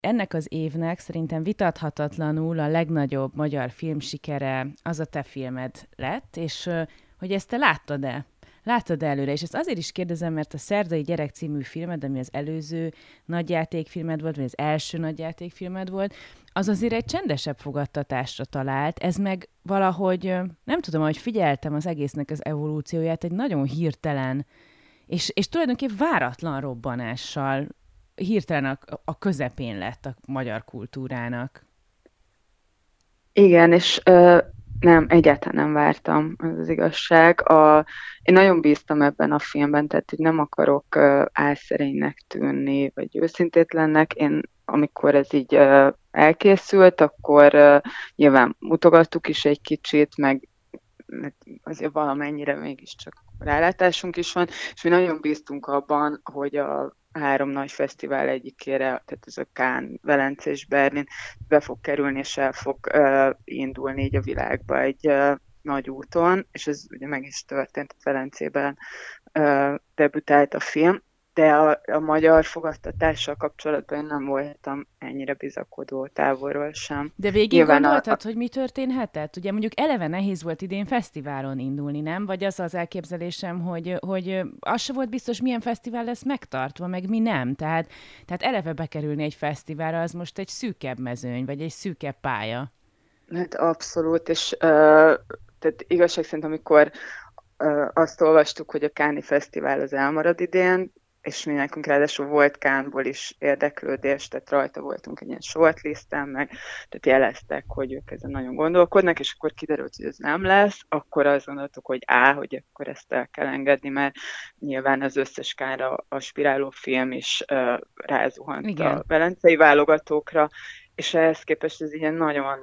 ennek az évnek szerintem vitathatatlanul a legnagyobb magyar filmsikere az a te filmed lett, és hogy ezt te láttad-e? Láttad előre, és ezt azért is kérdezem, mert a Szerdai gyerek című filmed, ami az előző nagyjátékfilmed volt, vagy az első nagyjátékfilmed volt, az azért egy csendesebb fogadtatásra talált, ez meg valahogy, nem tudom, hogy figyeltem az egésznek az evolúcióját, egy nagyon hirtelen, és tulajdonképpen váratlan robbanással hirtelen a közepén lett a magyar kultúrának. Igen, és nem, egyáltalán nem vártam, az az igazság. Én nagyon bíztam ebben a filmben, tehát hogy nem akarok álszerénynek tűnni, vagy őszintétlennek. Én, amikor ez így elkészült, akkor nyilván mutogattuk is egy kicsit, meg azért valamennyire mégiscsak rálátásunk is van, és mi nagyon bíztunk abban, hogy a három nagy fesztivál egyikére, tehát ez a Cannes, Velence és Berlin be fog kerülni, és el fog indulni így a világba egy nagy úton, és ez ugye meg is történt, Velencében debütált a film, de a magyar fogadtatással kapcsolatban én nem voltam ennyire bizakodó távolról sem. De végig Nyilván gondoltad, hogy mi történhetett? Ugye mondjuk eleve nehéz volt idén fesztiválon indulni, nem? Vagy az az elképzelésem, hogy az se volt biztos, milyen fesztivál lesz megtartva, meg mi nem. Tehát eleve bekerülni egy fesztiválra, az most egy szűkebb mezőny, vagy egy szűkebb pálya. Hát abszolút, és tehát igazság szerint, amikor azt olvastuk, hogy a Cannes-i Fesztivál az elmarad idén, és mi nekünk ráadásul volt Cannes-ból is érdeklődés, tehát rajta voltunk egy ilyen shortlisten, meg tehát jeleztek, hogy ők ezen nagyon gondolkodnak, és akkor kiderült, hogy ez nem lesz, akkor azt gondoltuk, hogy akkor ezt el kell engedni, mert nyilván az összes Cannes-ra aspiráló film is rázuhant Igen. a velencei válogatókra, és ehhez képest ez ilyen nagyon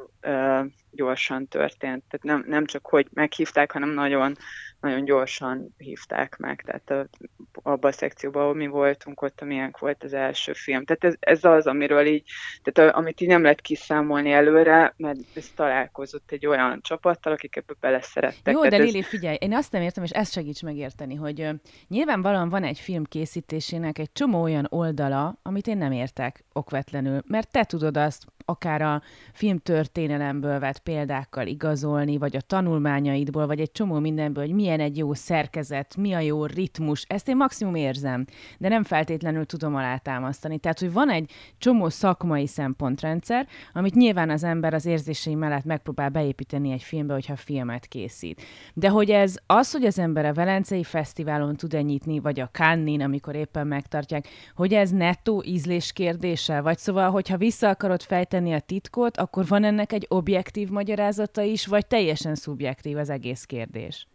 gyorsan történt. Tehát nem csak, hogy meghívták, hanem nagyon, nagyon gyorsan hívták meg. Tehát abban a szekcióban, ahol mi voltunk, ott amilyenk volt az első film. Tehát ez az, amiről így, tehát amit így nem lehet kiszámolni előre, mert ez találkozott egy olyan csapattal, akik ebbe beleszerettek. Jó, de Tehát ez, Lili, figyelj, én azt nem értem, és ezt segíts megérteni, hogy nyilvánvalóan van egy film készítésének egy csomó olyan oldala, amit én nem értek okvetlenül, mert te tudod azt akár a filmtörténelemből vett példákkal igazolni, vagy a tanulmányaidból, vagy egy csomó mindenből, hogy milyen egy jó szerkezet, mi a jó ritmus, ezt én maximum érzem, de nem feltétlenül tudom alátámasztani. Tehát, hogy van egy csomó szakmai szempontrendszer, amit nyilván az ember az érzései mellett megpróbál beépíteni egy filmbe, hogyha filmet készít. De hogy ez az, hogy az ember a Velencei Fesztiválon tud-e nyitni, vagy a Cannes-in, amikor éppen megtartják, hogy ez nettó ízlés kérdése, vagy szóval, hogyha vissza akarod fejteni a titkot, akkor van ennek egy objektív magyarázata is, vagy teljesen szubjektív az egész kérdés?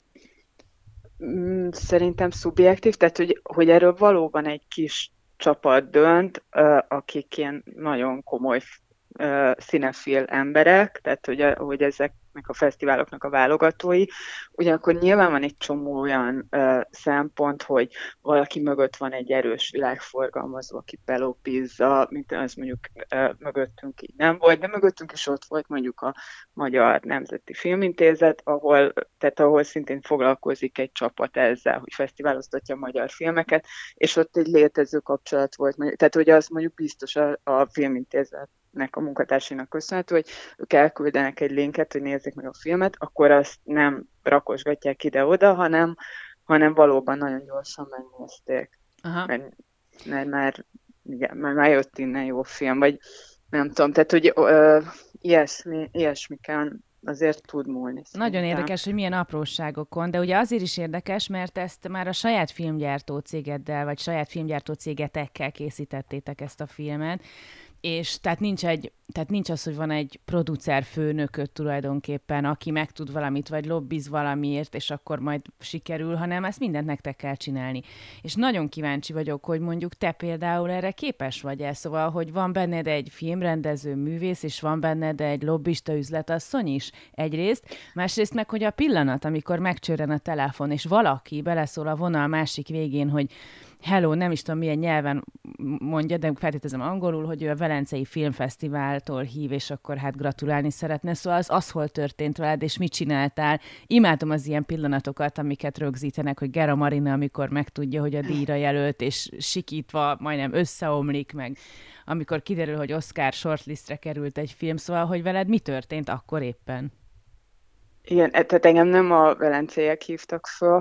szerintem szubjektív, tehát hogy erről valóban egy kis csapat dönt, akik ilyen nagyon komoly cinefil emberek, tehát hogy ezeknek a fesztiváloknak a válogatói. Ugyanakkor nyilván van egy csomó olyan szempont, hogy valaki mögött van egy erős világforgalmazó, aki belobbizza, mint az mondjuk mögöttünk így nem volt, de mögöttünk is ott volt mondjuk a Magyar Nemzeti Filmintézet, ahol szintén foglalkozik egy csapat ezzel, hogy fesztiváloztatja a magyar filmeket, és ott egy létező kapcsolat volt. Tehát, hogy az mondjuk biztos a Filmintézet a munkatársainak köszönhető, hogy ők elküldenek egy linket, hogy nézzék meg a filmet, akkor azt nem rakosgatják ide-oda, hanem valóban nagyon gyorsan megnézték. Aha. Mert már jött innen jó film, vagy nem tudom, tehát hogy ilyesmiken azért tud múlni. Nagyon Szerintem. érdekes, hogy milyen apróságokon, de ugye azért is érdekes, mert ezt már a saját filmgyártó cégeddel, vagy saját filmgyártó cégetekkel készítettétek ezt a filmet, és tehát nincs az, hogy van egy producer főnököt tulajdonképpen, aki megtud valamit, vagy lobbiz valamiért, és akkor majd sikerül, hanem ezt mindent nektek kell csinálni. És nagyon kíváncsi vagyok, hogy mondjuk te például erre képes vagy-e, szóval, hogy van benned egy filmrendező művész, és van benned egy lobbista üzletasszony is egyrészt, másrészt meg, hogy a pillanat, amikor megcsörren a telefon, és valaki beleszól a vonal másik végén, hogy hello, nem is tudom milyen nyelven mondja, de feltételezem angolul, hogy ő a Velencei Filmfesztiváltól hív, és akkor hát gratulálni szeretne. Szóval az hol történt veled, és mit csináltál? Imádom az ilyen pillanatokat, amiket rögzítenek, hogy Gera Marina, amikor megtudja, hogy a díjra jelölt, és sikítva majdnem összeomlik, meg amikor kiderül, hogy Oscar shortlistre került egy film. Szóval, hogy veled mi történt akkor éppen? Igen, tehát engem nem a velenceiek hívtak föl,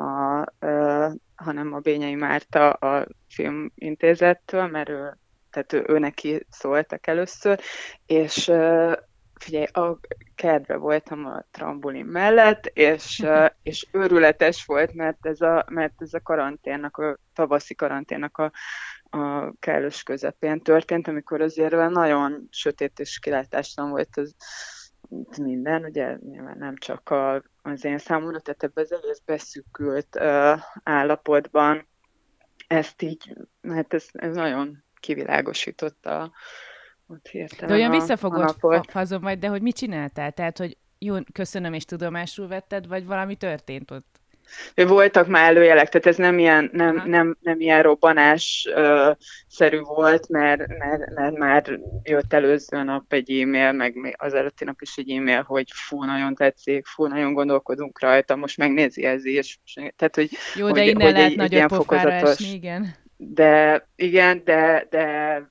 hanem a Bényai Márta a filmintézettől, mert ő neki szóltak először, és figyelj, a kertbe voltam a trambulin mellett, és őrületes volt, mert ez a karanténnak, a tavaszi karanténnak a kellős közepén történt, amikor azért nagyon sötét és kilátástalan volt az minden, ugye nyilván nem csak az én számomra, tehát ebben az egész beszűkült állapotban ezt így, hát ez nagyon kivilágosította ott hirtelen De olyan a visszafogott napot. fazon majd, de hogy mit csináltál? Tehát, hogy jó, köszönöm és tudomásul vetted, vagy valami történt ott? Voltak már előjelek, tehát ez nem ilyen, Aha. nem ilyen robbanás-szerű volt, mert már jött előző nap egy e-mail, meg még az előtti nap is egy e-mail, hogy fú, nagyon tetszik, fú, nagyon gondolkodunk rajta, most megnézi ez is. Tehát, Jó, de innen lehet egy nagyobb ilyen pofára esni, fokozatos. igen. De igen, de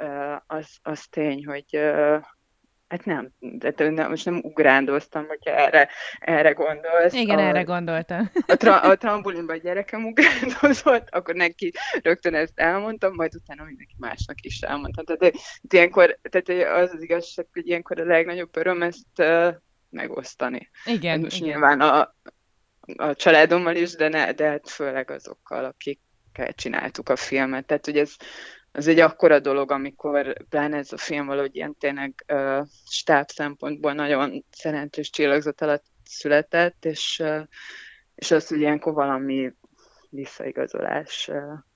az tény, hogy hát nem, most nem ugrándoztam, hogyha erre gondolsz. Igen, erre gondoltam. A trambulinban a gyerekem ugrándozott, akkor neki rögtön ezt elmondtam, majd utána mindenki másnak is elmondtam. Tehát ilyenkor, tehát az igazság, hogy ilyenkor a legnagyobb öröm ezt megosztani. Igen, Most igen. nyilván a családommal is, de hát főleg azokkal, akikkel csináltuk a filmet. Tehát, hogy ez egy akkora dolog, amikor pláne ez a film valahogy ilyen tényleg stáb szempontból nagyon szerencsés csillagzat alatt született, és az, hogy ilyenkor valami visszaigazolás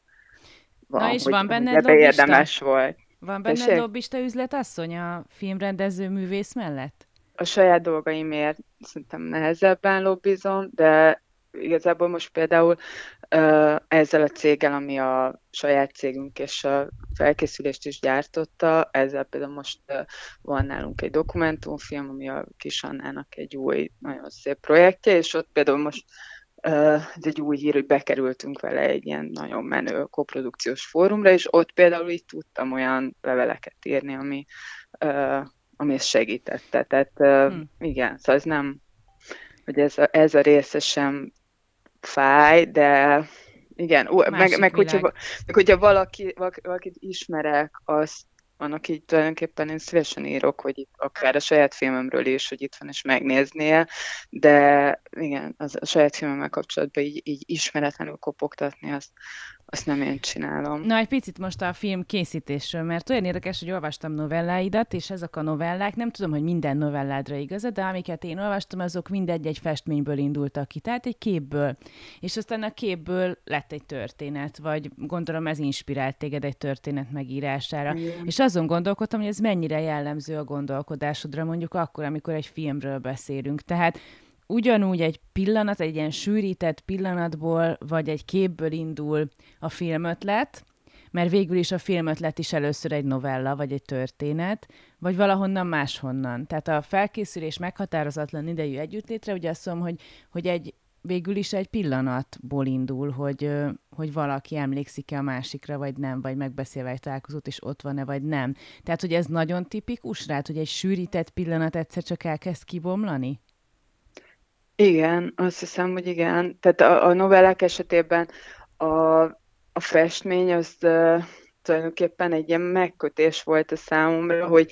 Na van, és van hogy benned ebbe lobbista? érdemes volt. Van benned Tessék? lobbista üzletasszony a filmrendező művész mellett? A saját dolgaimért szerintem nehezebben lobbizom, de igazából most például ezzel a céggel, ami a saját cégünk és a felkészülést is gyártotta, ezzel például most van nálunk egy dokumentumfilm, ami a Kis Annának egy új, nagyon szép projektje, és ott például most ez egy új hír, hogy bekerültünk vele egy ilyen nagyon menő koprodukciós fórumra, és ott például így tudtam olyan leveleket írni, ami ezt segítette. Tehát igen, szóval ez nem, hogy ez a része sem fáj, de igen, meg hogyha valakit ismerek, annak így tulajdonképpen én szívesen írok, hogy itt akár a saját filmemről is, hogy itt van és megnéznie, de igen, a saját filmemmel kapcsolatban így ismeretlenül kopogtatni, azt nem én csinálom. Na, egy picit most a film készítésről, mert olyan érdekes, hogy olvastam novelláidat, és ezek a novellák, nem tudom, hogy minden novelládra igaz, de amiket én olvastam, azok mindegy egy festményből indultak ki, tehát egy képből. És aztán a képből lett egy történet, vagy gondolom ez inspirált téged egy történet megírására. Igen. És azon gondolkodtam, hogy ez mennyire jellemző a gondolkodásodra, mondjuk akkor, amikor egy filmről beszélünk. Tehát ugyanúgy egy pillanat, egy ilyen sűrített pillanatból, vagy egy képből indul a filmötlet, mert végül is a filmötlet is először egy novella, vagy egy történet, vagy valahonnan máshonnan. Tehát a felkészülés meghatározatlan idejű együttlétre, ugye azt mondom, hogy végül is egy pillanatból indul, hogy valaki emlékszik-e a másikra, vagy nem, vagy megbeszélve egy találkozót, és ott van-e, vagy nem. Tehát, hogy ez nagyon tipikus rád, hogy egy sűrített pillanat egyszer csak elkezd kibomlani? Igen, azt hiszem, hogy igen. Tehát a novellák esetében a festmény az tulajdonképpen egy ilyen megkötés volt a számomra, hogy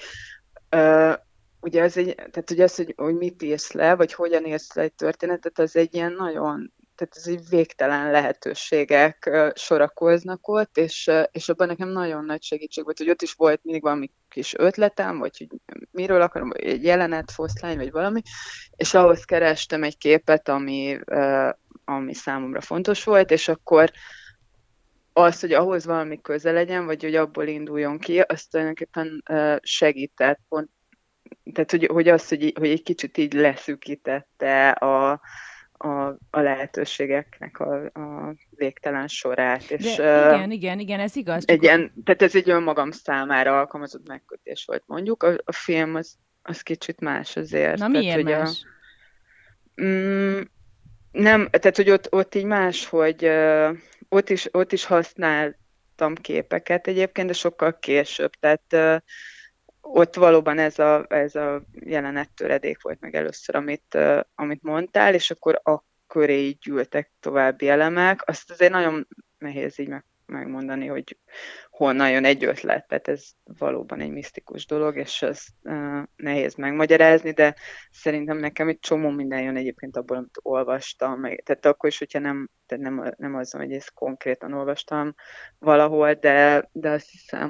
ugye tehát ugye az, hogy mit írsz le, vagy hogyan írsz le egy történetet, az egy ilyen nagyon, tehát ez egy végtelen lehetőségek sorakoznak ott, és abban nekem nagyon nagy segítség volt, hogy ott is volt mindig valami kis ötletem, vagy hogy miről akarom, vagy egy jelenet, foszlány, vagy valami, és ahhoz kerestem egy képet, ami számomra fontos volt, és akkor az, hogy ahhoz valami köze legyen, vagy hogy abból induljon ki, azt tulajdonképpen segített pont. Tehát, hogy egy kicsit így leszűkítette a lehetőségeknek a végtelen sorát. És De igen, ez igaz. tehát ez egy önmagam számára alkalmazott megkötés volt, mondjuk. A film az kicsit más azért. Na miért más? Nem, tehát hogy ott így más, hogy ott is használtam képeket egyébként, de sokkal később. Tehát ott valóban ez a jelenet töredék volt meg először, amit mondtál, és akkor a köré így gyűltek további elemek. Azt azért nagyon nehéz így megmondani, hogy honnan jön egy ötlet. Tehát ez valóban egy misztikus dolog, és ez nehéz megmagyarázni, de szerintem nekem egy csomó minden jön egyébként abból, amit olvastam. Tehát akkor is, hogyha nem az, hogy ezt konkrétan olvastam valahol, de azt hiszem,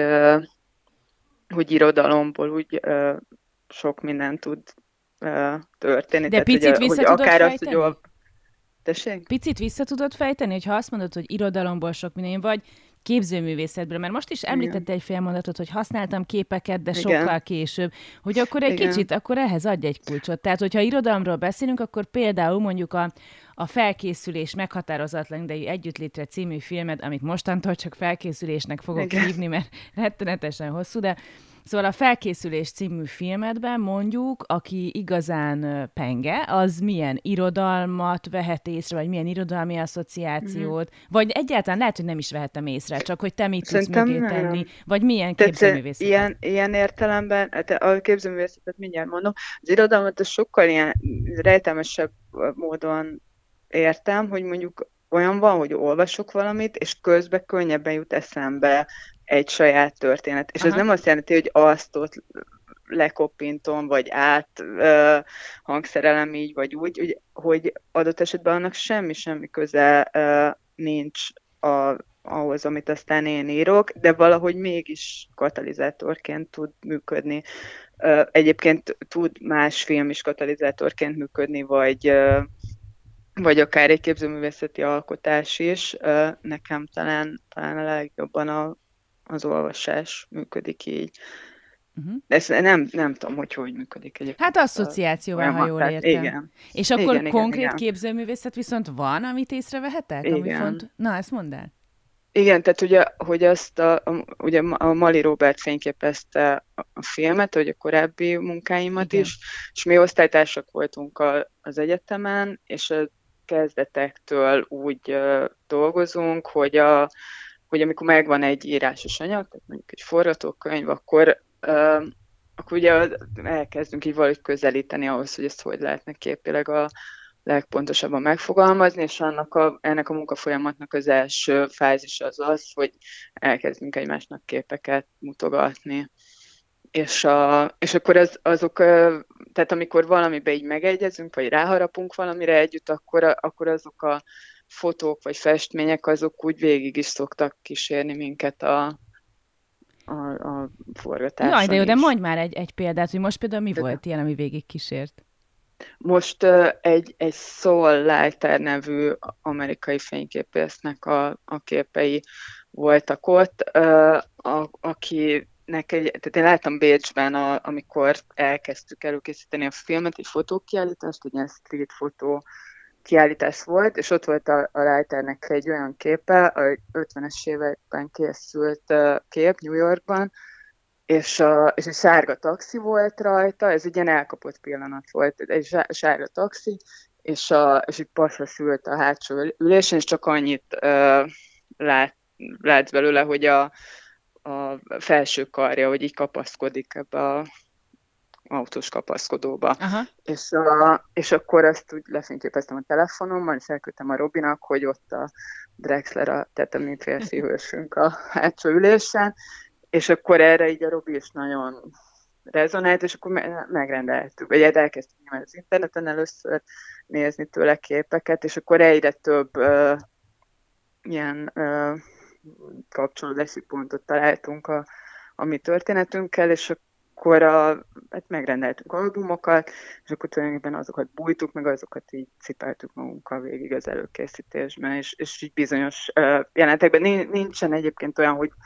hogy irodalomból úgy sok minden tud történni. De tehát, picit vissza tudod akár fejteni? Azt, tessék? Picit vissza tudod fejteni, hogy ha azt mondod, hogy irodalomból sok minden, vagy képzőművészetből, mert most is említette egy fél mondatot, hogy használtam képeket, de sokkal később, hogy akkor egy kicsit, akkor ehhez adj egy kulcsot. Tehát, hogyha irodalomról beszélünk, akkor például mondjuk a Felkészülés meghatározatlan idejű együttlétre című filmet, amit mostantól csak Felkészülésnek fogok hívni, mert rettenetesen hosszú, de szóval a Felkészülés című filmedben mondjuk, aki igazán penge, az milyen irodalmat vehet észre, vagy milyen irodalmi asszociációt, vagy egyáltalán lehet, hogy nem is vehettem észre, csak hogy te mit tudsz mögé tenni, vagy milyen képzőművészetet. Ilyen értelemben, a képzőművészetet mindjárt mondom, az irodalmat az sokkal ilyen rejtelmesebb módon értem, hogy mondjuk olyan van, hogy olvasok valamit, és közben könnyebben jut eszembe egy saját történet. És ez nem azt jelenti, hogy azt ott lekoppintom, vagy hangszerelem így, vagy úgy, hogy adott esetben annak semmi köze nincs ahhoz, amit aztán én írok, de valahogy mégis katalizátorként tud működni. Egyébként tud más film is katalizátorként működni, vagy akár egy képzőművészeti alkotás is. Nekem talán a legjobban az olvasás működik így. Ezt nem tudom, hogy működik egyébként. Hát asszociációval, ha jól értem. Igen. És akkor konkrét képzőművészet viszont van, amit észrevehetek? Igen. Na, ezt mondd el. Igen, tehát ugye, hogy azt ugye a Mali Róbert fényképezte a filmet, hogy a korábbi munkáimat is, és mi osztálytársak voltunk az egyetemen, és a kezdetektől úgy dolgozunk, hogy amikor megvan egy írásos anyag, tehát mondjuk egy forgatókönyv, akkor ugye elkezdünk így valahogy közelíteni ahhoz, hogy ezt hogy lehetne képileg a legpontosabban megfogalmazni, és ennek a munkafolyamatnak az első fázis az, hogy elkezdünk egymásnak képeket mutogatni. És akkor tehát amikor valamibe így megegyezünk, vagy ráharapunk valamire együtt, akkor azok a fotók vagy festmények, azok úgy végig is szoktak kísérni minket a forgatáson. Jaj, de jó, de mondj már egy példát, hogy most például mi volt ilyen, ami végig kísért? Most egy Saul Leiter nevű amerikai fényképésznek a képei voltak ott, tehát én láttam Bécsben, amikor elkezdtük előkészíteni a filmet, egy fotókiállítást, egy ilyen street fotó kiállítás volt, és ott volt a Leiternek egy olyan képe, a 50-es években készült kép New Yorkban, és egy sárga taxi volt rajta, ez egy ilyen elkapott pillanat volt, egy sárga taxi, és egy pasas ült a hátsó ülésen, és csak annyit látsz belőle, hogy a felső karja, hogy így kapaszkodik ebbe az autós kapaszkodóba. És akkor azt úgy lefényképeztem a telefonommal, és elküldtem a Robinak, hogy ott a Drexler, tehát a mi férfi hősünk a hátsó ülésen, és akkor erre így a Robi is nagyon rezonált, és akkor megrendeltük, vagy elkezdtük nyilván az interneten először nézni tőle képeket, és akkor egyre több ilyen kapcsolódási pontot találtunk a mi történetünkkel, és akkor hát megrendeltünk albumokat, és akkor tulajdonképpen azokat bújtuk, meg azokat így cipeltük magunkkal végig az előkészítésben, és így bizonyos jelentekben nincsen egyébként olyan, hogy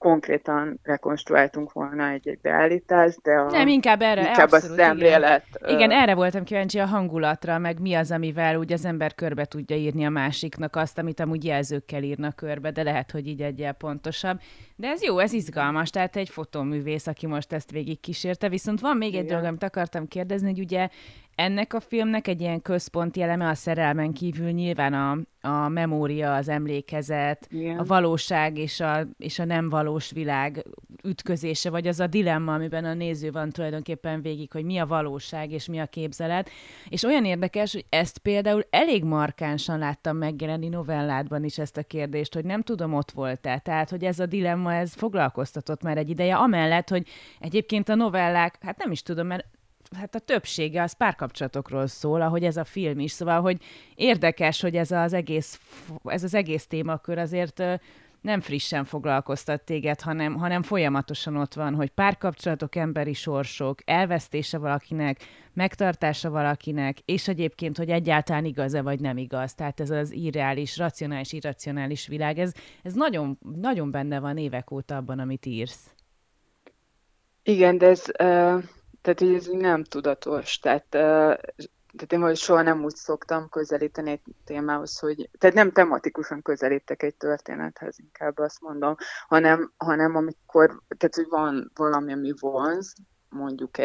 konkrétan rekonstruáltunk volna egy beállítást, de Nem, inkább erre, inkább a abszolút, igen. szemlélet. Igen, erre voltam kíváncsi a hangulatra, meg mi az, amivel úgy az ember körbe tudja írni a másiknak azt, amit amúgy jelzőkkel írnak körbe, de lehet, hogy így egyel pontosabb. De ez jó, ez izgalmas, tehát egy fotóművész, aki most ezt végig kísérte. Viszont van még egy dolog, amit akartam kérdezni, hogy ugye ennek a filmnek egy ilyen központi eleme a szerelmen kívül nyilván a memória, az emlékezet, Igen. a valóság és a nem valós világ ütközése, vagy az a dilemma, amiben a néző van tulajdonképpen végig, hogy mi a valóság és mi a képzelet. És olyan érdekes, hogy ezt például elég markánsan láttam megjelenni novelládban is ezt a kérdést, hogy nem tudom, ott volt-e. Tehát, hogy ez a dilemma, ez foglalkoztatott már egy ideje, amellett, hogy egyébként a novellák, hát nem is tudom, mert hát a többsége az párkapcsolatokról szól, ahogy ez a film is. Szóval, hogy érdekes, hogy ez az egész témakör azért nem frissen foglalkoztat téged, hanem folyamatosan ott van, hogy párkapcsolatok, emberi sorsok, elvesztése valakinek, megtartása valakinek, és egyébként, hogy egyáltalán igaz-e vagy nem igaz. Tehát ez az irreális, racionális, irracionális világ, ez nagyon, nagyon benne van évek óta abban, amit írsz. Igen, de tehát, hogy ez nem tudatos. Tehát én vagy soha nem úgy szoktam közelíteni egy témához, tehát nem tematikusan közelítek egy történethez, inkább azt mondom, hanem amikor, tehát hogy van valami, ami vonz, mondjuk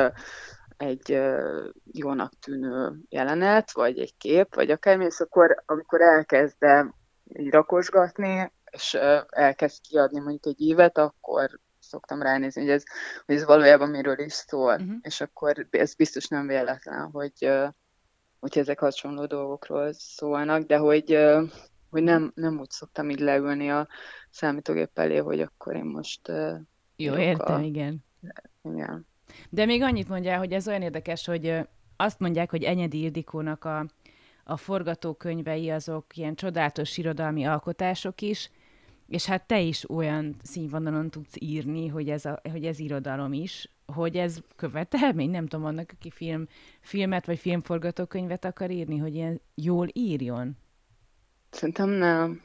egy jónak tűnő jelenet, vagy egy kép, vagy akármi, és akkor, amikor elkezdem így rakosgatni, és elkezd kiadni mondjuk egy ívet, akkor szoktam ránézni, hogy ez valójában miről is szól. Uh-huh. És akkor ez biztos nem véletlen, hogy ezek hasonló dolgokról szólnak, de hogy nem úgy szoktam így leülni a számítógép elé, hogy akkor én most... Jó, értem, igen. Igen. De még annyit mondjál, hogy ez olyan érdekes, hogy azt mondják, hogy Enyedi Ildikónak a forgatókönyvei azok ilyen csodálatos irodalmi alkotások is, és hát te is olyan színvonalon tudsz írni, hogy ez irodalom is, hogy ez követelmény, nem tudom, annak, aki filmet vagy filmforgatókönyvet akar írni, hogy ilyen jól írjon? Szerintem nem.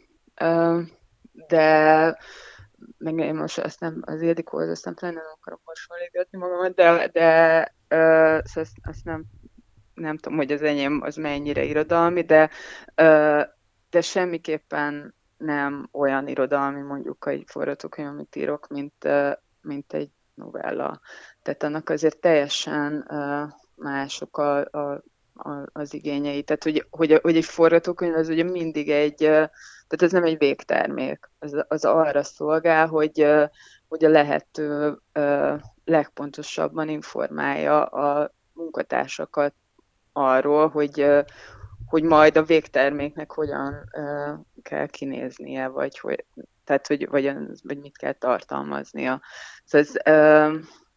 De meg én most azt nem, az Ildikóhoz aztán pláne nem akarom hasonlítani magamat, de azt nem tudom, hogy az enyém az mennyire irodalmi, de semmiképpen nem olyan irodalmi, mondjuk egy forgatókönyv, amit írok, mint egy novella. Tehát annak azért teljesen mások az igényei. Tehát, hogy egy forgatókönyv az ugye mindig tehát ez nem egy végtermék. Az arra szolgál, hogy a lehető legpontosabban informálja a munkatársakat arról, hogy majd a végterméknek hogyan kell kinéznie, vagy mit kell tartalmaznia. Szóval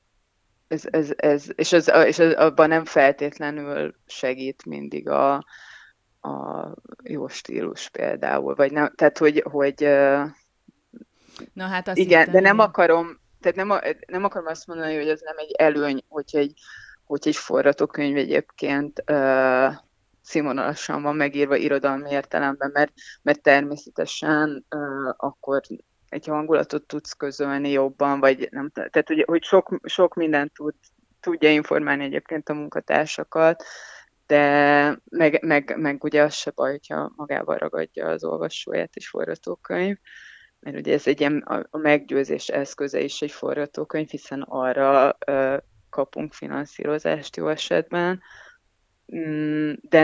és abban nem feltétlenül segít mindig a jó stílus például, vagy nem, tehát hogy na, hát azt igen, hittem, de nem akarom, tehát nem akarom azt mondani, hogy ez nem egy előny, hogy egy forgatókönyv egyébként színvonalasan van megírva irodalmi értelemben, mert természetesen akkor egy hangulatot tudsz közölni jobban, vagy nem, tehát hogy sok mindent tudja informálni egyébként a munkatársakat, de meg ugye az se baj, hogyha magával ragadja az olvasóját és forgatókönyv, mert ugye ez egy ilyen a meggyőzés eszköze is egy forgatókönyv, hiszen arra kapunk finanszírozást jó esetben, de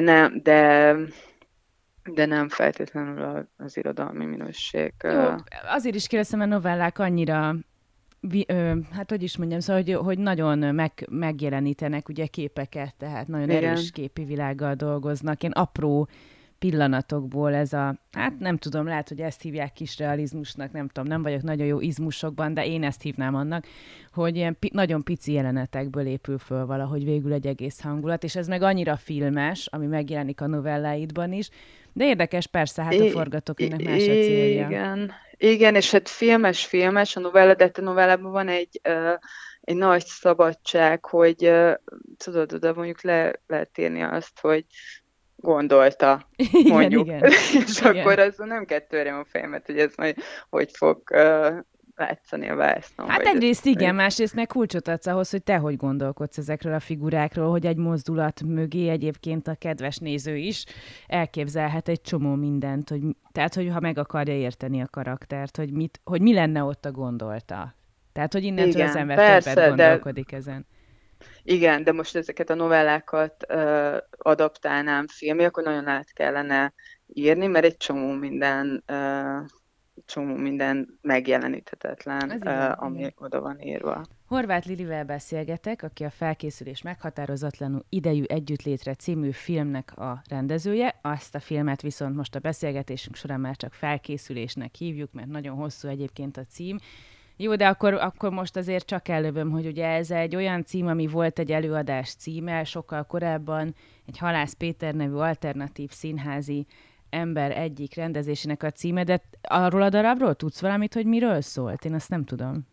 nem feltétlenül az irodalmi minőség. Jó, azért is kérdeztem, mert novellák annyira, hát hogy is mondjam, szóval, hogy nagyon megjelenítenek ugye képeket, tehát nagyon erős képi világgal dolgoznak, ilyen apró pillanatokból hát nem tudom, lehet, hogy ezt hívják kis realizmusnak, nem tudom, nem vagyok nagyon jó izmusokban, de én ezt hívnám annak, hogy ilyen nagyon pici jelenetekből épül föl valahogy végül egy egész hangulat, és ez meg annyira filmes, ami megjelenik a novelláidban is, de érdekes, persze, hát a forgatókönyvnek más a célja. Igen, és hát filmes a novella, de a novellában van egy nagy szabadság, hogy tudod, oda mondjuk lehet írni azt, hogy gondolta, mondjuk. Igen. És igen. Akkor azzal nem kell törjem a fejemet, hogy ez majd hogy fog látszani a vásznon. Hát egyrészt igen, másrészt meg kulcsot adsz ahhoz, hogy te hogy gondolkodsz ezekről a figurákról, hogy egy mozdulat mögé egyébként a kedves néző is elképzelhet egy csomó mindent, tehát, hogy ha meg akarja érteni a karaktert, hogy mi lenne ott a gondolta. Tehát, hogy innentől az ember többet gondolkodik ezen. Igen, de most ezeket a novellákat adaptálnám filmé, akkor nagyon át kellene írni, mert egy csomó minden megjeleníthetetlen, ami oda van írva. Horváth Lilivel beszélgetek, aki a Felkészülés meghatározatlanul idejű együttlétre című filmnek a rendezője. Azt a filmet viszont most a beszélgetésünk során már csak Felkészülésnek hívjuk, mert nagyon hosszú egyébként a cím. Jó, de akkor most azért csak ellövöm, hogy ugye ez egy olyan cím, ami volt egy előadás címe, sokkal korábban egy Halász Péter nevű alternatív színházi ember egyik rendezésének a címe, de arról a darabról tudsz valamit, hogy miről szólt? Én azt nem tudom.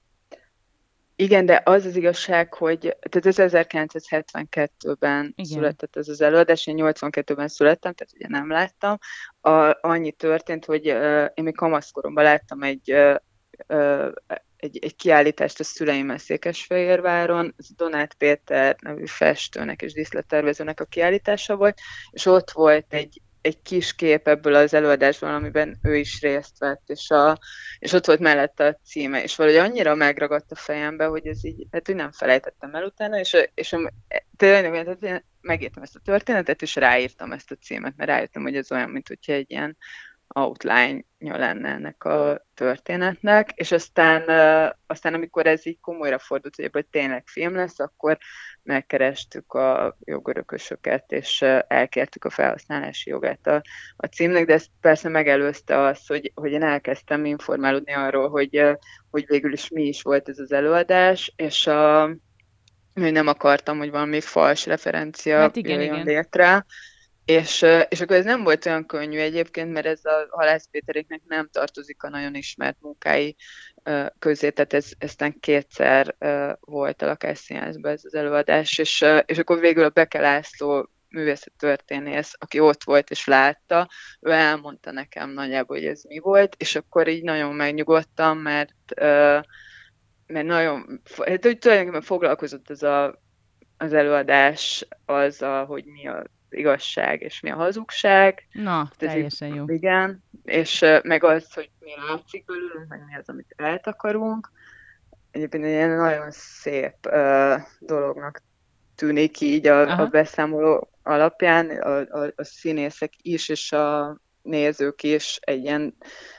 Igen, de az igazság, hogy tehát ez 1972-ben született ez az előadás, én 82-ben születtem, tehát ugye nem láttam. Annyi történt, hogy én még kamaszkoromban láttam egy kiállítást a szüleimmel Székesfehérváron, ez Donát Péter nevű festőnek és díszlettervezőnek a kiállítása volt, és ott volt egy kis kép ebből az előadásból, amiben ő is részt vett, és ott volt mellette a címe, és valahogy annyira megragadt a fejembe, hogy ez így, hát úgy nem felejtettem el utána, és tényleg megírtam ezt a történetet, és ráírtam ezt a címet, mert rájöttem, hogy ez olyan, mint hogyha egy ilyen outline-ja lenne ennek a történetnek, és aztán amikor ez így komolyra fordult, hogy ebből tényleg film lesz, akkor megkerestük a jogörökösöket, és elkértük a felhasználási jogát a címnek, de ezt persze megelőzte az, hogy én elkezdtem informálódni arról, hogy végül is mi is volt ez az előadás, és nem akartam, hogy valami fals referencia jöjjön létre. És akkor ez nem volt olyan könnyű egyébként, mert ez a Halász Péteréknek nem tartozik a nagyon ismert munkái közé, tehát ez aztán kétszer volt a Lakásszínházban ez az előadás, és akkor végül a Beke László művészettörténész, aki ott volt és látta, ő elmondta nekem nagyjából, hogy ez mi volt, és akkor így nagyon megnyugodtam, mert nagyon, hát tulajdonképpen foglalkozott az előadás azzal, hogy mi az igazság és mi a hazugság. Na, teljesen jó. Igen, és meg az, hogy mi látszik belőlünk, meg mi az, amit eltakarunk. Egyébként egy ilyen nagyon szép dolognak tűnik így a beszámoló alapján, a színészek is, és a nézők is egy ilyen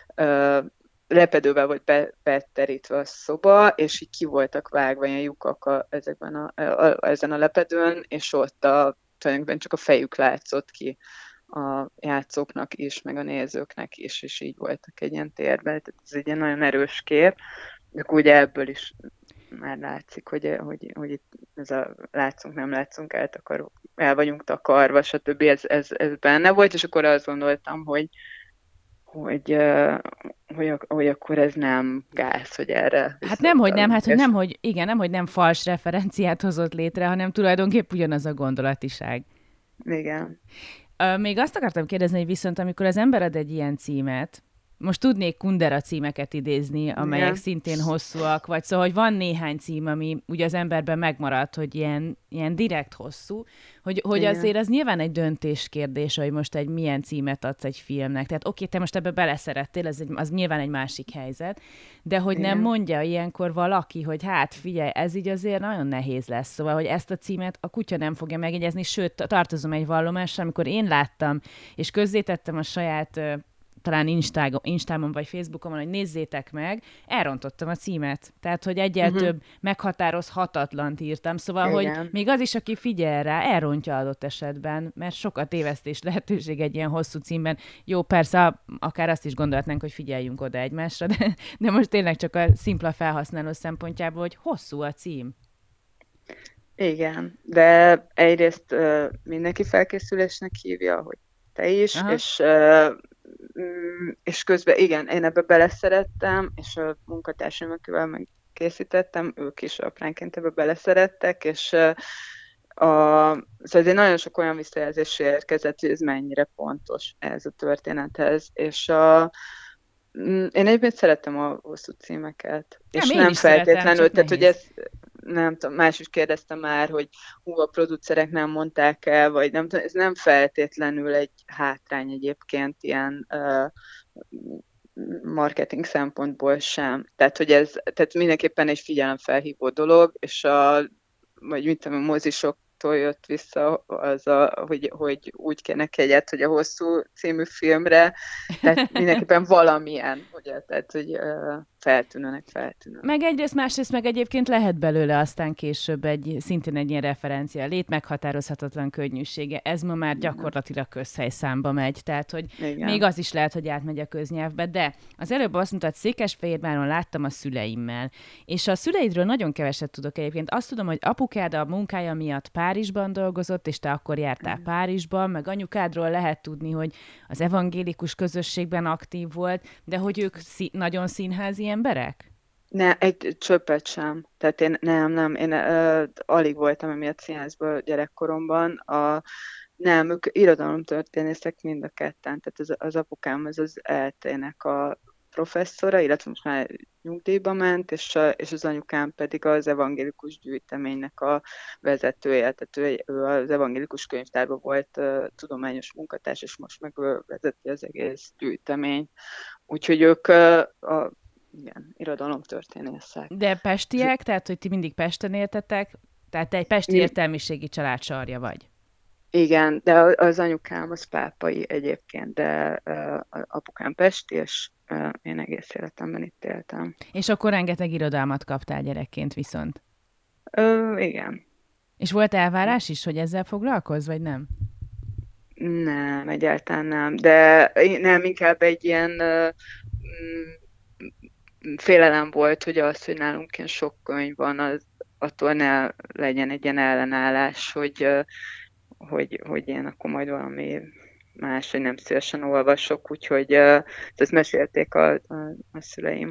lepedővel volt beterítve a szoba, és így ki voltak vágva ilyen lyukak ezen a lepedőn, és ott tulajdonképpen csak a fejük látszott ki a játszóknak is, meg a nézőknek is, és így voltak egy ilyen térben. Tehát ez egy ilyen nagyon erős kép, de ugye ebből is már látszik, hogy itt ez a látszunk, nem látszunk, el vagyunk takarva, stb. Ez benne volt, és akkor azt gondoltam, hogy akkor ez nem gáz, hogy erre... Hát nemhogy nem fals referenciát hozott létre, hanem tulajdonképp ugyanaz a gondolatiság. Igen. Még azt akartam kérdezni, hogy viszont amikor az ember ad egy ilyen címet, most tudnék Kundera címeket idézni, amelyek szintén hosszúak, vagy szóval, hogy van néhány cím, ami ugye az emberben megmaradt, hogy ilyen direkt hosszú, hogy azért az nyilván egy döntés kérdése, hogy most milyen címet adsz egy filmnek. Tehát oké, te most ebbe beleszerettél, az nyilván egy másik helyzet, de hogy nem mondja ilyenkor valaki, hogy hát figyelj, ez így azért nagyon nehéz lesz. Szóval, hogy ezt a címet a kutya nem fogja megjegyezni, sőt, tartozom egy vallomással, amikor én láttam, és közzétettem a saját talán Instámon vagy Facebookon, hogy nézzétek meg, elrontottam a címet. Tehát, hogy egyel több meghatározhatatlant írtam. Szóval, hogy még az is, aki figyel rá, elrontja adott esetben, mert sokat tévesztés lehetőség egy ilyen hosszú címben. Jó, persze, akár azt is gondolhatnánk, hogy figyeljünk oda egymásra, de most tényleg csak a szimpla felhasználó szempontjából, hogy hosszú a cím. Igen, de egyrészt mindenki felkészülésnek hívja, hogy te is, és közben igen, én ebbe beleszerettem, és a munkatársaim, akivel megkészítettem, ők is apránként ebbe beleszerettek, és szóval azért nagyon sok olyan visszajelzés érkezett, hogy ez mennyire pontos ez a történethez, és Én egyébként szeretem a hosszú címeket, és Én nem is szeretem, feltétlenül, csak tehát hogy nehéz. ez nem tudom, más is kérdezte már, hogy a producerek nem mondták el, vagy nem tudom, ez nem feltétlenül egy hátrány egyébként ilyen marketing szempontból sem. Tehát, hogy tehát mindenképpen egy figyelemfelhívó dolog, és vagy mit tudom, a mozisoktól jött vissza hogy úgy kérnek egyet, hogy a hosszú című filmre, tehát mindenképpen valamilyen, ugye, tehát, hogy feltűnőnek. Meg egyrészt, másrészt meg egyébként lehet belőle aztán később szintén egy ilyen referencia. Lét meghatározhatatlan könnyűsége. Ez ma már gyakorlatilag közhelyszámba megy, tehát hogy Igen. még az is lehet, hogy átmegy a köznyelvbe, de az előbb azt mondtad, Székesfehérváron láttam a szüleimmel, és a szüleidről nagyon keveset tudok egyébként. Azt tudom, hogy apukád a munkája miatt Párizsban dolgozott, és te akkor jártál Párizsban, meg anyukádról lehet tudni, hogy az evangélikus közösségben aktív volt, de hogy ők nagyon színházi emberek? Egy csöppet sem. Tehát én alig voltam emiatt színházban gyerekkoromban. Nem, ők irodalomtörténészek mind a ketten. Tehát az apukám az ELTE-nek a professzora, illetve most már nyugdíjba ment, és az anyukám pedig az evangélikus gyűjteménynek a vezetője. Tehát ő az evangélikus könyvtárban volt tudományos munkatárs, és most meg ő vezeti az egész gyűjteményt. Úgyhogy ők igen, irodalomtörténészek. De pestiek, tehát hogy ti mindig Pesten éltetek, tehát te egy pesti értelmiségi család sarja vagy. Igen, de az anyukám az pápai egyébként, de apukám pesti, és én egész életemben itt éltem. És akkor rengeteg irodalmat kaptál gyerekként viszont. Igen. És volt elvárás is, hogy ezzel foglalkozz, vagy nem? Nem, egyáltalán nem. De nem, inkább egy ilyen félelem volt, hogy hogy nálunk ilyen sok könyv van, attól ne legyen egy ilyen ellenállás, hogy én akkor majd valami más, hogy nem szívesen olvasok, úgyhogy ezt mesélték a szüleim,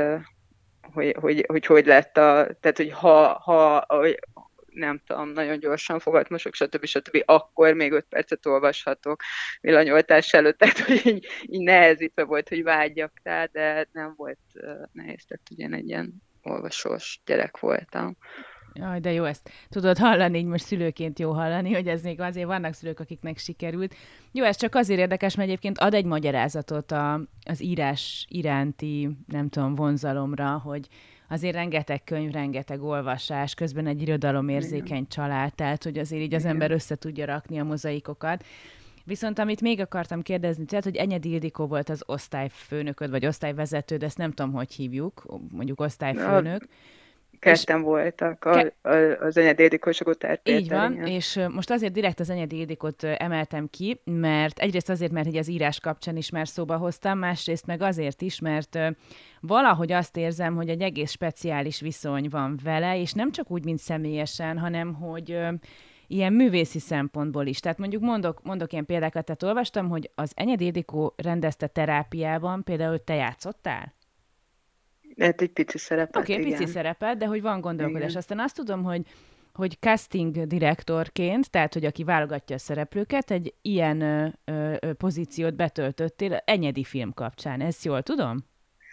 hogy lett tehát, hogy ha nem tudom, nagyon gyorsan fogat mosok, stb. Akkor még 5 percet olvashatok villanyoltás előtt, tehát hogy így nehezítve volt, hogy vágyjak rá, de nem volt nehéz, tehát ugye én egy ilyen olvasós gyerek voltam. Jaj, de jó ezt tudod hallani, így most szülőként jó hallani, hogy ez még azért vannak szülők, akiknek sikerült. Jó, ez csak azért érdekes, mert egyébként ad egy magyarázatot az írás iránti, nem tudom, vonzalomra, hogy azért rengeteg könyv, rengeteg olvasás, közben egy irodalomérzékeny család, tehát hogy azért így az ember össze tudja rakni a mozaikokat. Viszont amit még akartam kérdezni, tehát, hogy Enyedi Ildikó volt az osztályfőnököd, vagy osztályvezetőd, ezt nem tudom, hogy hívjuk, mondjuk osztályfőnök. Ketten voltak, az Enyedi Ildikó és a Gotthárd Péter. Így van, igen. És most azért direkt az Enyedi Ildikót emeltem ki, mert egyrészt azért, mert így az írás kapcsán is már szóba hoztam, másrészt meg azért is, mert valahogy azt érzem, hogy egy egész speciális viszony van vele, és nem csak úgy, mint személyesen, hanem hogy ilyen művészi szempontból is. Tehát mondjuk mondok ilyen példákat, tehát olvastam, hogy az Enyedi Ildikó rendezte terápiában, például te játszottál? Hát egy pici szerepet, Oké, pici szerepet, de hogy van gondolkodás. Igen. Aztán azt tudom, hogy casting direktorként, tehát hogy aki válogatja a szereplőket, egy ilyen pozíciót betöltöttél Enyedi film kapcsán. Ezt jól tudom?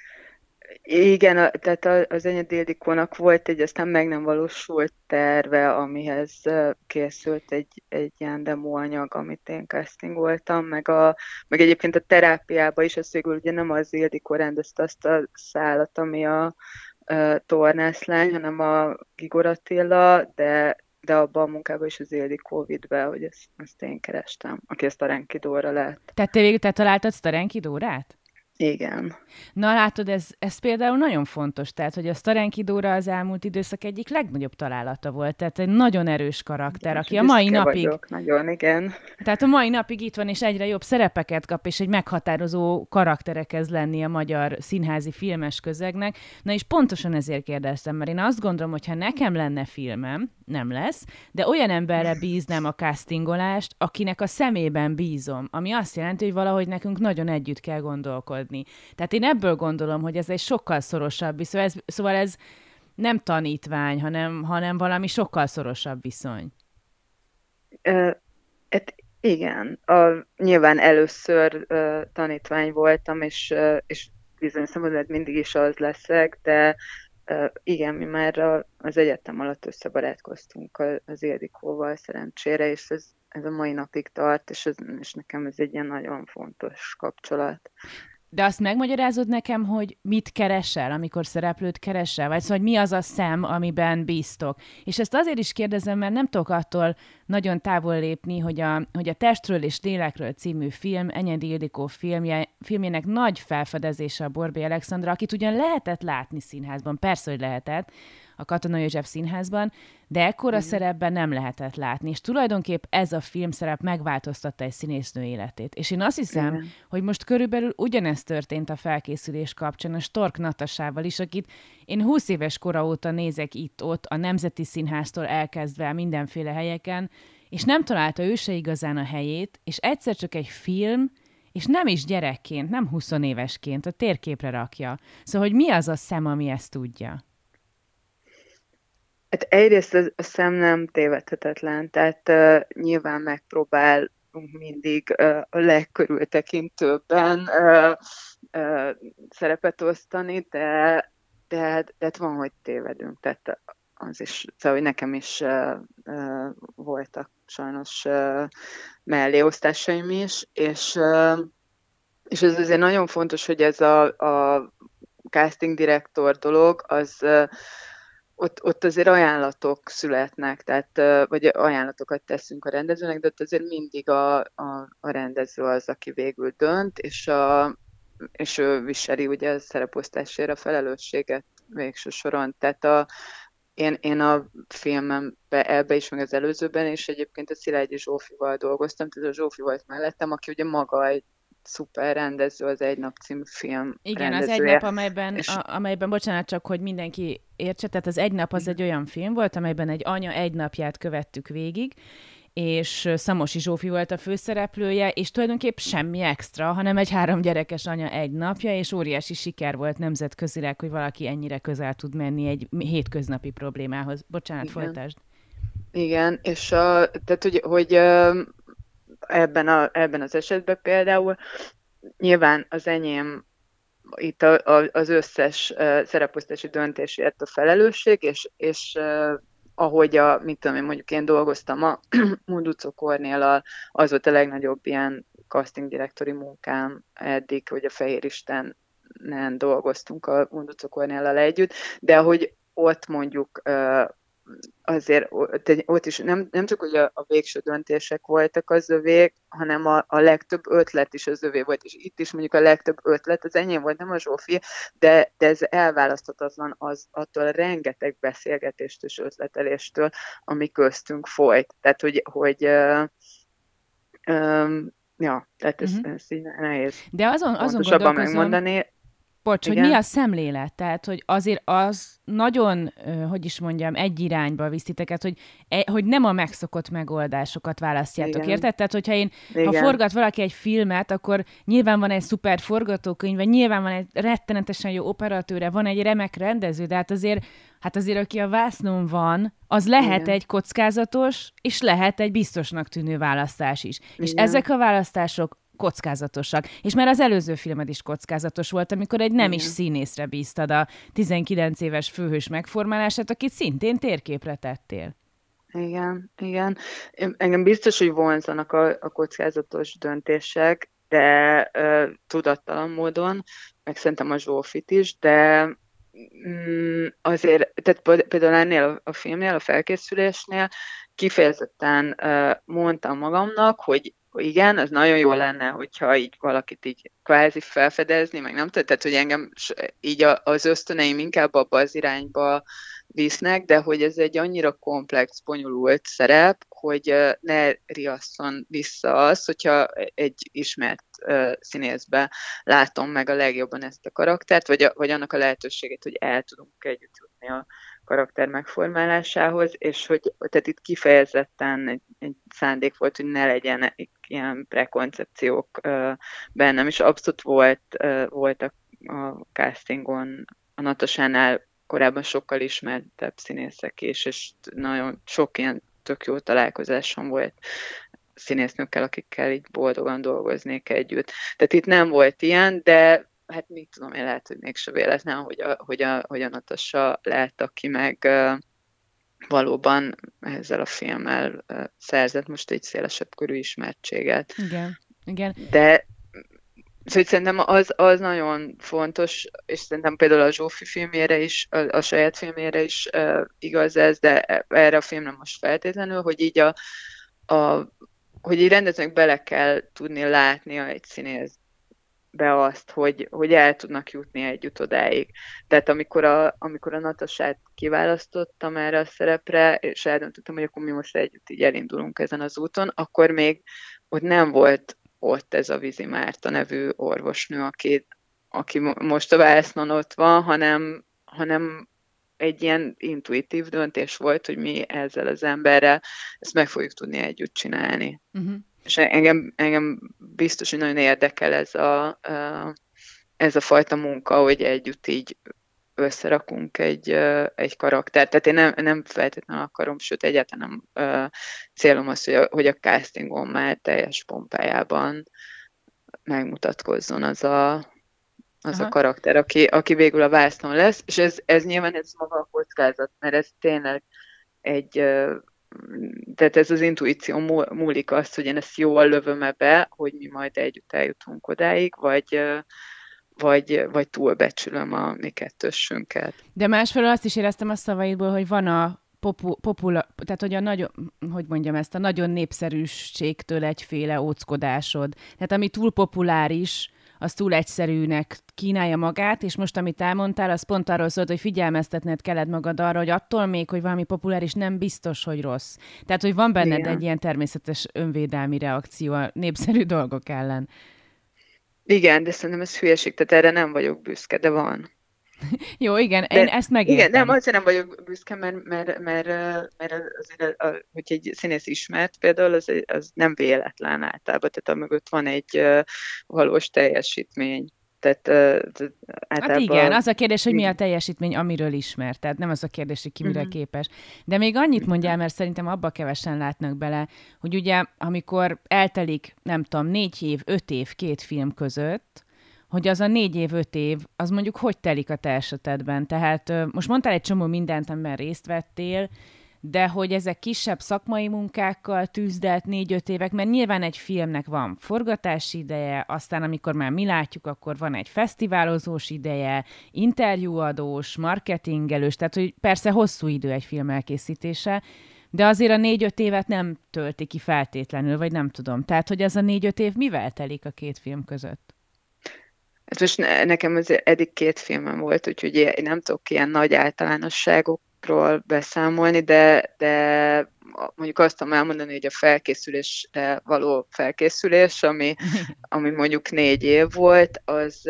Igen, tehát az Enyedi Ildikónak volt egy aztán meg nem valósult terve, amihez készült egy ilyen demoanyag, amit én castingoltam, meg egyébként a terápiában is, az végül ugye nem az Ildikó rendezte azt a szállat, ami a tornászlány, hanem a Gigor Attila, de abban a munkában is az Ildikó vitt be, hogy ezt én kerestem, aki ezt a Renki Dóra lett. Tehát te végül találtad ezt a Renki Dórát? Igen. Na látod, ez például nagyon fontos, tehát, hogy a Sztarenki Dóra az elmúlt időszak egyik legnagyobb találata volt, tehát egy nagyon erős karakter, aki a mai napig... Vagyok, nagyon, igen. Tehát a mai napig itt van, és egyre jobb szerepeket kap, és egy meghatározó karaktere kezd lenni a magyar színházi filmes közegnek. Na és pontosan ezért kérdeztem, mert én azt gondolom, hogy ha nekem lenne filmem, nem lesz, de olyan emberre bíznám a castingolást, akinek a szemében bízom, ami azt jelenti, hogy valahogy nekünk nagyon együtt kell gondolkodni. Tehát én ebből gondolom, hogy ez egy sokkal szorosabb viszony, szóval ez nem tanítvány, hanem valami sokkal szorosabb viszony. Hát igen, nyilván először tanítvány voltam, és bizonyos szempontból mindig is az leszek, de igen, mi már az egyetem alatt összebarátkoztunk az Ildikóval szerencsére, és ez a mai napig tart, és nekem ez egy ilyen nagyon fontos kapcsolat. De azt megmagyarázod nekem, hogy mit keresel, amikor szereplőt keresel? Vagy szóval, hogy mi az a szem, amiben bíztok? És ezt azért is kérdezem, mert nem tudok attól nagyon távol lépni, hogy a Testről és lélekről című film, Enyedi Ildikó filmjének nagy felfedezése a Borbély Alexandra, akit ugyan lehetett látni színházban, persze, hogy lehetett, a Katona József Színházban, de ekkora szerepben nem lehetett látni. És tulajdonképp ez a filmszerep megváltoztatta egy színésznő életét. És én azt hiszem, hogy most körülbelül ugyanezt történt a felkészülés kapcsán a Stork Natasával is, akit én 20 éves kora óta nézek itt-ott, a Nemzeti Színháztól elkezdve mindenféle helyeken, és nem találta ő se igazán a helyét, és egyszer csak egy film, és nem is gyerekként, nem 20 évesként a térképre rakja. Szóval, hogy mi az a szem, ami ezt tudja? Hát egyrészt a szem nem tévedhetetlen, tehát nyilván megpróbálunk mindig a legkörültekintőbben szerepet osztani, de hát van, hogy tévedünk, tehát az is, szóval hogy nekem is voltak sajnos melléosztásaim is, és ez azért nagyon fontos, hogy ez a casting direktor dolog, az ott azért ajánlatok születnek, tehát, vagy ajánlatokat teszünk a rendezőnek, de ott azért mindig a rendező az, aki végül dönt, és ő viseli ugye a szereposztásért a felelősséget végső soron. Tehát én a filmemben ebbe is, meg az előzőben, és egyébként a Szilágyi Zsófival dolgoztam, tehát a Zsófi volt mellettem, aki ugye maga egy szuper rendező, az Egy nap című film igen, rendezője. Az Egy nap, amelyben, bocsánat, csak hogy mindenki értse, tehát az Egy nap az egy olyan film volt, amelyben egy anya egy napját követtük végig, és Szamosi Zsófi volt a főszereplője, és tulajdonképp semmi extra, hanem egy 3 gyerekes anya egy napja, és óriási siker volt nemzetközileg, hogy valaki ennyire közel tud menni egy hétköznapi problémához. Bocsánat, igen. Folytasd. Igen, és tehát, hogy ebben az esetben például nyilván az enyém itt az összes szereposztási döntésért a felelősség, és ahogy mit tudom én, mondjuk én dolgoztam a Munduczó Kornéllal, az volt a legnagyobb ilyen casting direktori munkám eddig, hogy a Fehér Istenen dolgoztunk a Munduczó Kornéllal együtt, de hogy ott mondjuk azért ott is nem csak, hogy a végső döntések voltak az övék, hanem a legtöbb ötlet is az övé volt, és itt is mondjuk a legtöbb ötlet az enyém volt, nem a Zsófi, de ez elválaszthatatlan attól a rengeteg beszélgetést és ötleteléstől, ami köztünk folyt. Tehát, tehát ez így nehéz. De azon gondolkozom, megmondani. Bocs, igen. Hogy mi a szemlélet? Tehát, hogy azért az nagyon, hogy is mondjam, egy irányba visz titeket, hogy nem a megszokott megoldásokat választjátok, érted? Tehát, ha forgat valaki egy filmet, akkor nyilván van egy szuper forgatókönyv, vagy nyilván van egy rettenetesen jó operatőre, van egy remek rendező, de hát azért aki a vásznon van, az lehet egy kockázatos, és lehet egy biztosnak tűnő választás is. Igen. És ezek a választások kockázatosak. És már az előző filmed is kockázatos volt, amikor egy nem is színészre bíztad a 19 éves főhős megformálását, akit szintén térképre tettél. Igen. Engem biztos, hogy vonzanak a kockázatos döntések, de tudattalan módon, meg szerintem a Zsófit is, de azért, tehát például ennél a filmnél, a felkészülésnél kifejezetten mondtam magamnak, hogy igen, az nagyon jó lenne, hogyha így valakit így kvázi felfedezni, meg nem tudom, tehát hogy engem így az ösztöneim inkább abba az irányba visznek, de hogy ez egy annyira komplex, bonyolult szerep, hogy ne riasszon vissza az, hogyha egy ismert színészbe látom meg a legjobban ezt a karaktert, vagy annak a lehetőségét, hogy el tudunk együtt jutni a karakter megformálásához, és hogy tehát itt kifejezetten egy szándék volt, hogy ne legyen ilyen prekoncepciók bennem, és abszolút voltak a castingon a Natasánál korábban sokkal ismertebb színészek is, és nagyon sok ilyen tök jó találkozásom volt színésznőkkel, akikkel így boldogan dolgoznék együtt. Tehát itt nem volt ilyen, de hát mit tudom én, lehet, hogy mégse véletlen, hogy a Natasha lett, aki meg valóban ezzel a filmmel szerzett most egy szélesebb körű ismertséget. Igen. De szóval szerintem az nagyon fontos, és szerintem például a Zsófi filmjére is, a saját filmjére is igaz ez, de erre a filmre most feltétlenül, hogy így hogy így rendezőnek bele kell tudni látnia egy színészbe azt, hogy el tudnak jutni együtt odáig. Tehát amikor a Natasát kiválasztottam erre a szerepre, és eldöntöttem, hogy akkor mi most együtt így elindulunk ezen az úton, akkor még ott nem volt ott ez a Vizi Márta nevű orvosnő, aki most a vásznon ott van, hanem egy ilyen intuitív döntés volt, hogy mi ezzel az emberrel ezt meg fogjuk tudni együtt csinálni. Uh-huh. És engem biztos, hogy nagyon érdekel ez a fajta munka, hogy együtt így összerakunk egy karaktert. Tehát én nem feltétlenül akarom, sőt egyáltalán nem célom az, hogy a castingon már teljes pompájában megmutatkozzon az a karakter, aki végül a vásznon lesz, és ez nyilván ez maga a kockázat, mert ez tényleg tehát ez az intuíció múlik azt, hogy én ezt jól lövöm be, hogy mi majd együtt eljutunk odáig, vagy túlbecsülöm a mi kettősünket. De másfelől azt is éreztem a szavaidból, hogy van a tehát hogy a nagyon népszerűségtől egyféle óckodásod. Tehát ami túl populáris, az túl egyszerűnek kínálja magát, és most, amit elmondtál, az pont arról szólt, hogy figyelmeztetned kellett magad arra, hogy attól még, hogy valami populáris, nem biztos, hogy rossz. Tehát, hogy van benned egy ilyen természetes önvédelmi reakció a népszerű dolgok ellen. Igen, de szerintem ez hülyeség, tehát erre nem vagyok büszke, de van. Jó, igen, én ezt megértem. Igen, nem, azért nem vagyok büszke, mert azért, hogy egy színész ismert például, az nem véletlen általában, tehát amögött van egy valós teljesítmény. Tehát általában... Hát igen, az a kérdés, hogy mi a teljesítmény, amiről ismer. Tehát nem az a kérdés, hogy ki mire képes. De még annyit mondjál, mert szerintem abba kevesen látnak bele, hogy ugye, amikor eltelik, nem tudom, 4 év, 5 év 2 film között, hogy az a 4 év, 5 év, az mondjuk hogy telik a te esetedben. Tehát most mondtál egy csomó mindent, amiben részt vettél, de hogy ezek kisebb szakmai munkákkal tűzdelt 4-5 évek, mert nyilván egy filmnek van forgatási ideje, aztán amikor már mi látjuk, akkor van egy fesztiválozós ideje, interjúadós, marketingelős, tehát hogy persze hosszú idő egy film elkészítése, de azért a 4-5 évet nem tölti ki feltétlenül, vagy nem tudom. Tehát, hogy ez a 4-5 év mivel telik a 2 film között? Hát most nekem azért eddig 2 filmem volt, úgyhogy én nem tudok ilyen nagy általánosságokról beszámolni, de mondjuk azt tudom elmondani, hogy a felkészülésre való felkészülés, ami mondjuk 4 év volt, az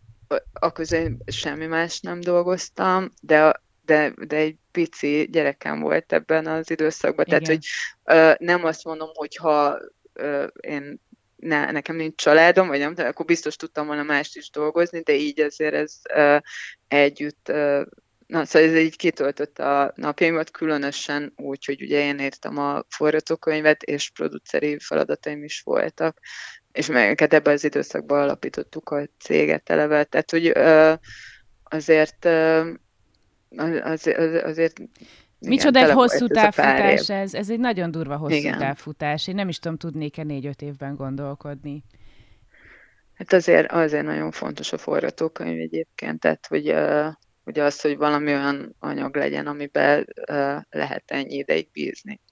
aközben semmi más nem dolgoztam, de egy pici gyerekem volt ebben az időszakban. Igen. Tehát, hogy nem azt mondom, hogy ha én nekem nincs családom, vagy nem, de akkor biztos tudtam volna mást is dolgozni, de így azért ez együtt, szóval ez így kitöltött a napjaimat, különösen úgy, hogy ugye én írtam a forgatókönyvet, és produceri feladataim is voltak, és meg ebben az időszakban alapítottuk a céget eleve, tehát hogy azért micsoda egy hosszú távfutás ez? Ez egy nagyon durva hosszú távfutás. Én nem is tudom, tudnék-e 4-5 évben gondolkodni. Hát azért nagyon fontos a forgatókönyv egyébként, tehát hogy az, hogy valami olyan anyag legyen, amiben lehet ennyi ideig bízni.